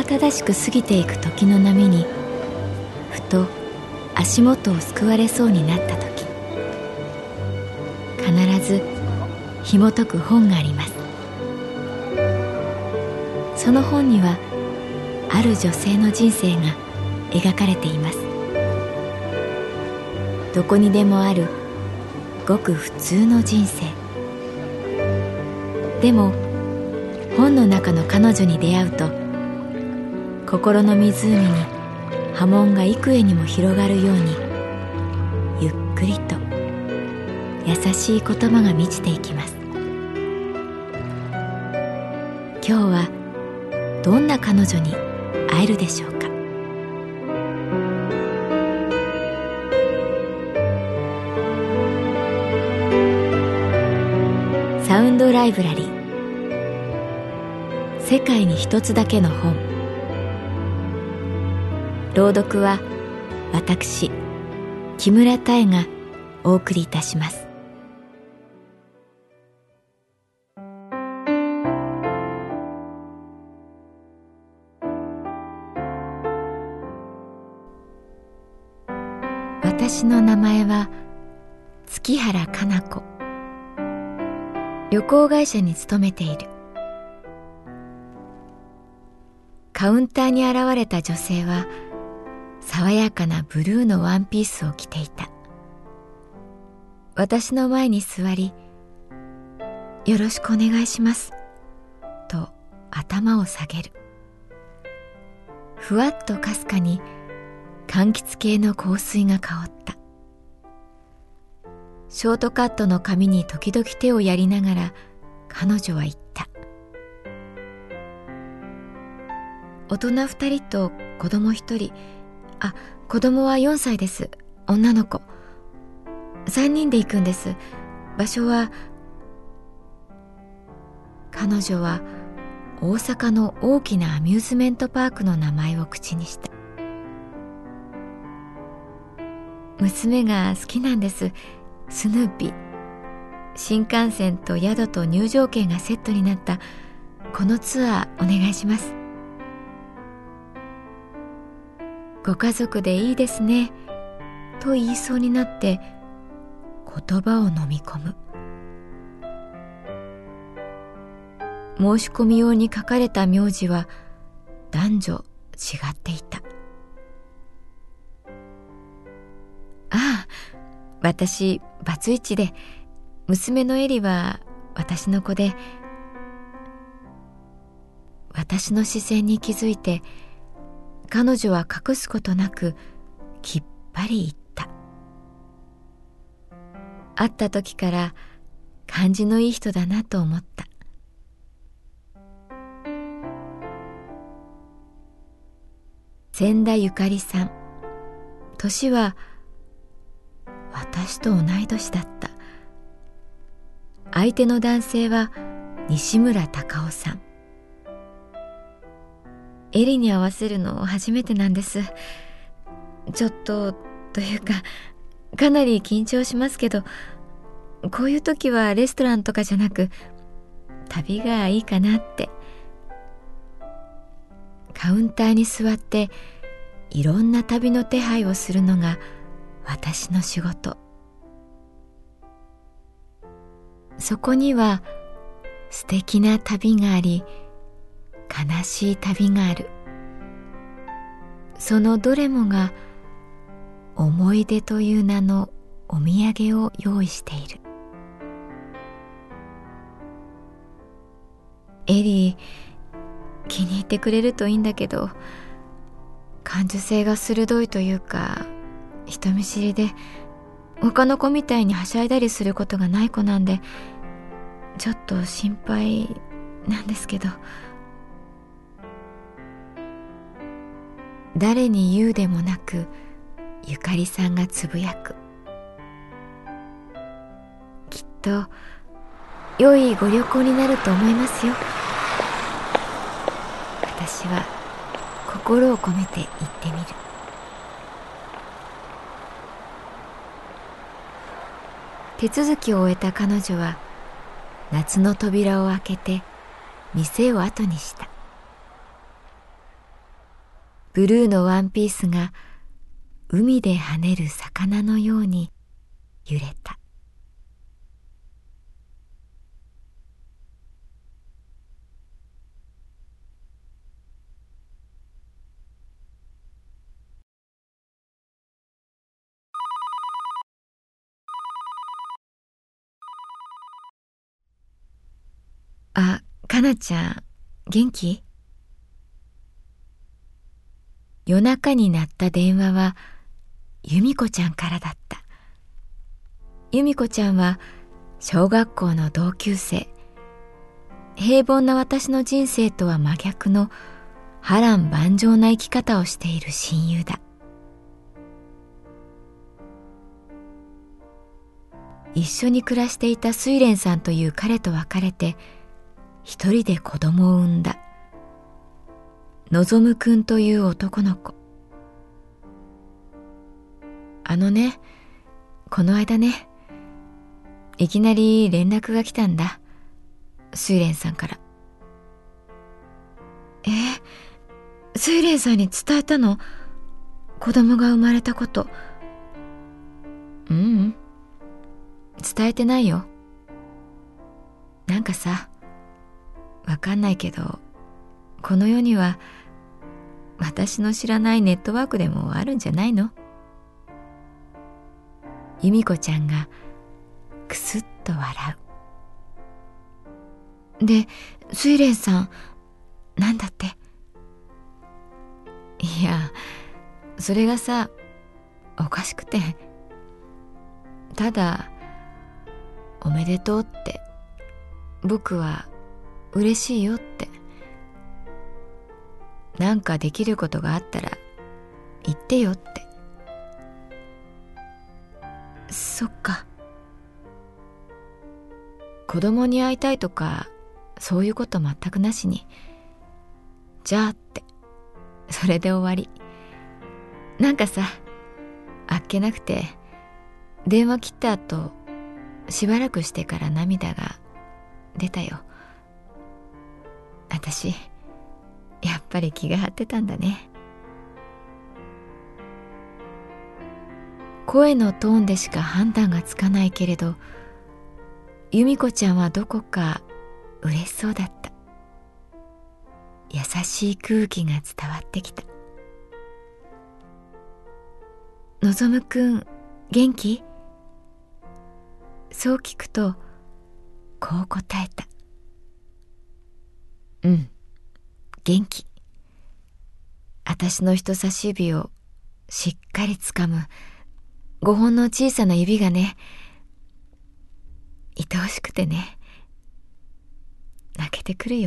慌ただしく過ぎていく時の波にふと足元をすくわれそうになった時、必ず紐解く本があります。その本にはある女性の人生が描かれています。どこにでもあるごく普通の人生でも、本の中の彼女に出会うと心の湖に波紋が幾重にも広がるように、ゆっくりと優しい言葉が満ちていきます。今日はどんな彼女に会えるでしょうか。サウンドライブラリー、世界に一つだけの本。朗読は私木村多江がお送りいたします。私の名前は月原かな子。旅行会社に勤めている。カウンターに現れた女性は爽やかなブルーのワンピースを着ていた。私の前に座り、よろしくお願いしますと頭を下げる。ふわっとかすかに柑橘系の香水が香った。ショートカットの髪に時々手をやりながら彼女は言った。大人二人と子供一人、子供は4歳です。女の子。3人で行くんです。場所は…彼女は大阪の大きなアミューズメントパークの名前を口にした。娘が好きなんです。スヌーピー。新幹線と宿と入場券がセットになったこのツアーお願いします。ご家族でいいですねと言いそうになって言葉を飲み込む。申し込み用に書かれた名字は男女違っていた。私バツイチで、娘のエリは私の子で。私の視線に気づいて彼女は隠すことなくきっぱり言った。会った時から感じのいい人だなと思った。千田ゆかりさん。年は私と同い年だった。相手の男性は西村隆夫さん。エリに合わせるの初めてなんです。ちょっとというかかなり緊張しますけど、こういう時はレストランとかじゃなく旅がいいかなって。カウンターに座っていろんな旅の手配をするのが私の仕事。そこには素敵な旅があり、悲しい旅がある。そのどれもが思い出という名のお土産を用意している。エリー、気に入ってくれるといいんだけど、感受性が鋭いというか人見知りで、他の子みたいにはしゃいだりすることがない子なんで、ちょっと心配なんですけど。誰に言うでもなくゆかりさんがつぶやく。きっと良いご旅行になると思いますよ。私は心を込めて言ってみる。手続きを終えた彼女は夏の扉を開けて店を後にした。 ブルーのワンピースが海で跳ねる魚のように揺れた。あ、かなちゃん、元気？夜中に鳴った電話は由美子ちゃんからだった。由美子ちゃんは小学校の同級生。平凡な私の人生とは真逆の波乱万丈な生き方をしている親友だ。一緒に暮らしていた睡蓮さんという彼と別れて一人で子供を産んだのぞむくんという男の子。この間ね、いきなり連絡が来たんだ、睡蓮さんから。睡蓮さんに伝えたの？子供が生まれたこと。伝えてないよ。なんかさ、わかんないけど、この世には私の知らないネットワークでもあるんじゃないの？由美子ちゃんがくすっと笑う。で、睡蓮さん、なんだって？いや、それがさ、おかしくて。ただ、おめでとうって、僕は嬉しいよって。なんかできることがあったら言ってよって。そっか。子供に会いたいとかそういうこと全くなしに、じゃあって、それで終わり。なんかさ、あっけなくて電話切った後しばらくしてから涙が出たよ。私やっぱり気が張ってたんだね。声のトーンでしか判断がつかないけれど、由美子ちゃんはどこか嬉しそうだった。優しい空気が伝わってきた。のぞむくん、元気？そう聞くと、こう答えた。元気。私の人差し指をしっかりつかむ5本の小さな指がね、愛おしくてね、泣けてくるよ。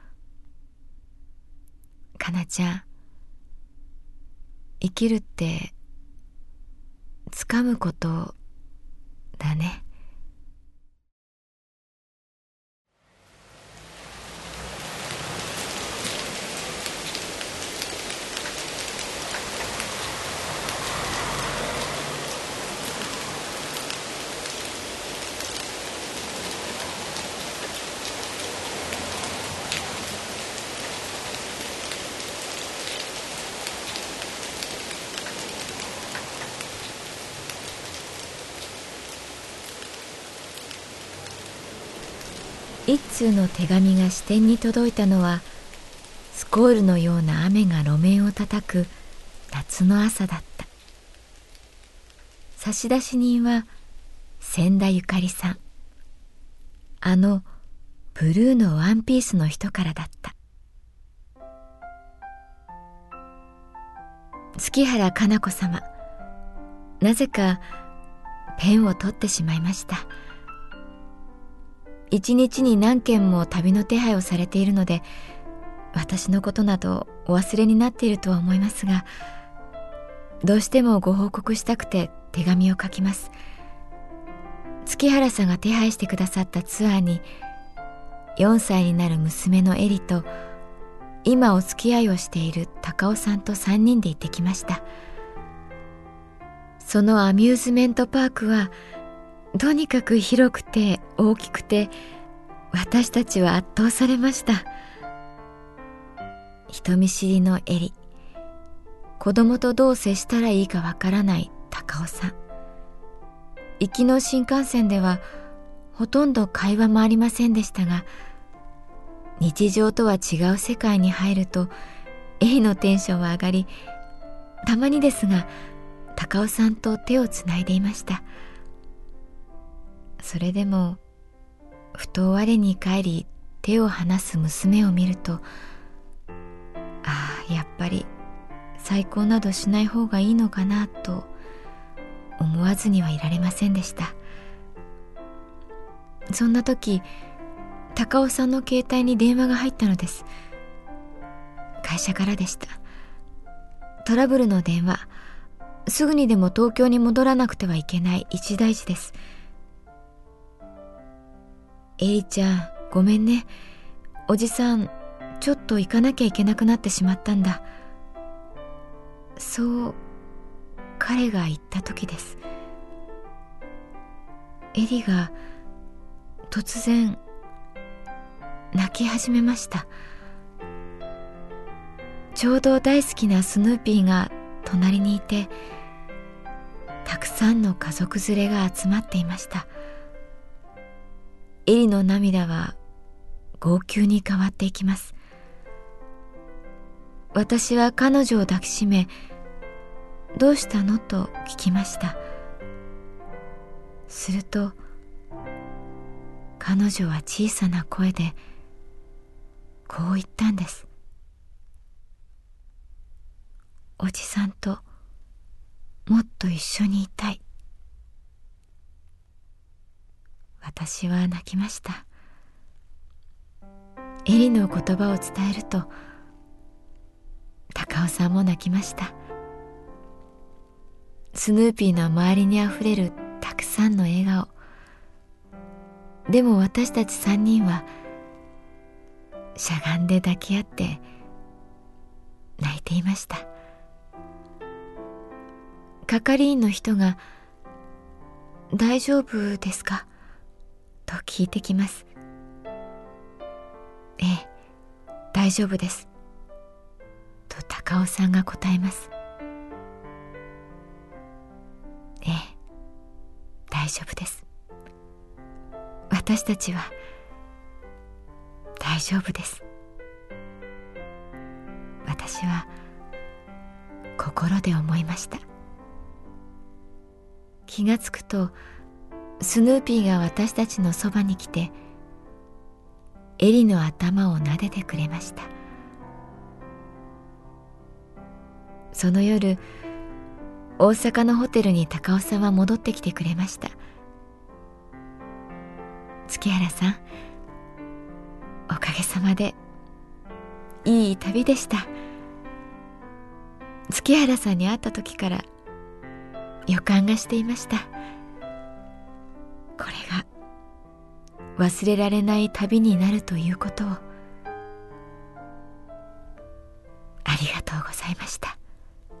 かなちゃん、生きるってつかむことだね。一通の手紙が支店に届いたのは、スコールのような雨が路面を叩く夏の朝だった。差出人は千田ゆかりさん。ブルーのワンピースの人からだった。月原加奈子様、なぜかペンを取ってしまいました。一日に何件も旅の手配をされているので、私のことなどお忘れになっているとは思いますが、どうしてもご報告したくて手紙を書きます。月原さんが手配してくださったツアーに、4歳になる娘のエリと今お付き合いをしている高尾さんと3人で行ってきました。そのアミューズメントパークはとにかく広くて大きくて、私たちは圧倒されました。人見知りのエリ、 子供とどう接したらいいかわからない高尾さん。行きの新幹線ではほとんど会話もありませんでしたが、日常とは違う世界に入るとエリのテンションは上がり、たまにですが高尾さんと手をつないでいました。それでもふと我に返り手を離す娘を見ると、やっぱり再婚などしない方がいいのかなと思わずにはいられませんでした。そんな時、高尾さんの携帯に電話が入ったのです。会社からでした。トラブルの電話。すぐにでも東京に戻らなくてはいけない一大事です。エリちゃん、ごめんね。おじさん、ちょっと行かなきゃいけなくなってしまったんだ。そう彼が言った時です。エリが突然泣き始めました。ちょうど大好きなスヌーピーが隣にいて、たくさんの家族連れが集まっていました。エリの涙は号泣に変わっていきます。私は彼女を抱きしめ、どうしたのと聞きました。すると彼女は小さな声でこう言ったんです。おじさんともっと一緒にいたい。私は泣きました。エリの言葉を伝えると高尾さんも泣きました。スヌーピーの周りにあふれるたくさんの笑顔。でも私たち3人はしゃがんで抱き合って泣いていました。係員の人が「大丈夫ですか?」と聞いてきます。ええ、大丈夫です。と高尾さんが答えます。ええ、大丈夫です。私たちは大丈夫です。私は心で思いました。気がつくとスヌーピーが私たちのそばに来てエリの頭を撫でてくれました。その夜、大阪のホテルに高尾さんは戻ってきてくれました。月原さん、おかげさまでいい旅でした。月原さんに会った時から予感がしていました。これが忘れられない旅になるということを。ありがとうございました。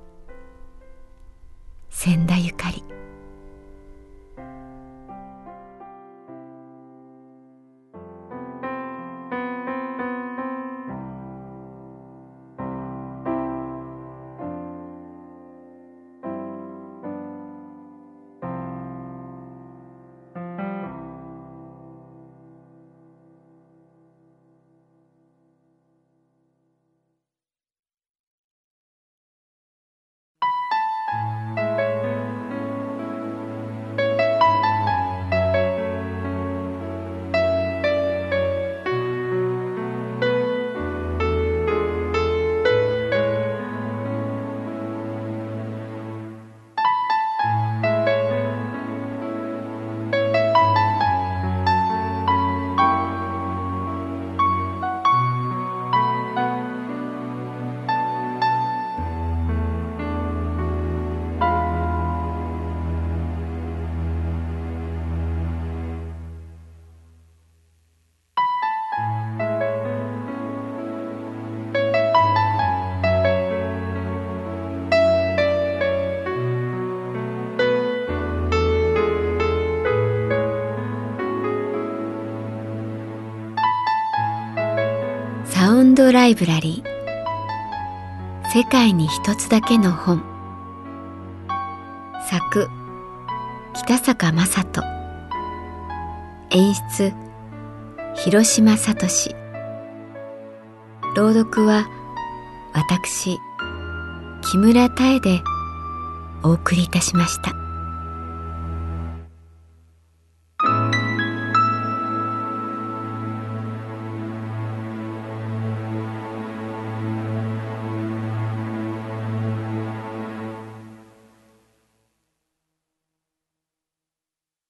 千田ゆかり。サウンドライブラリー世界に一つだけの本。作北坂雅人、演出広島聡。朗読は私木村多江でお送りいたしました。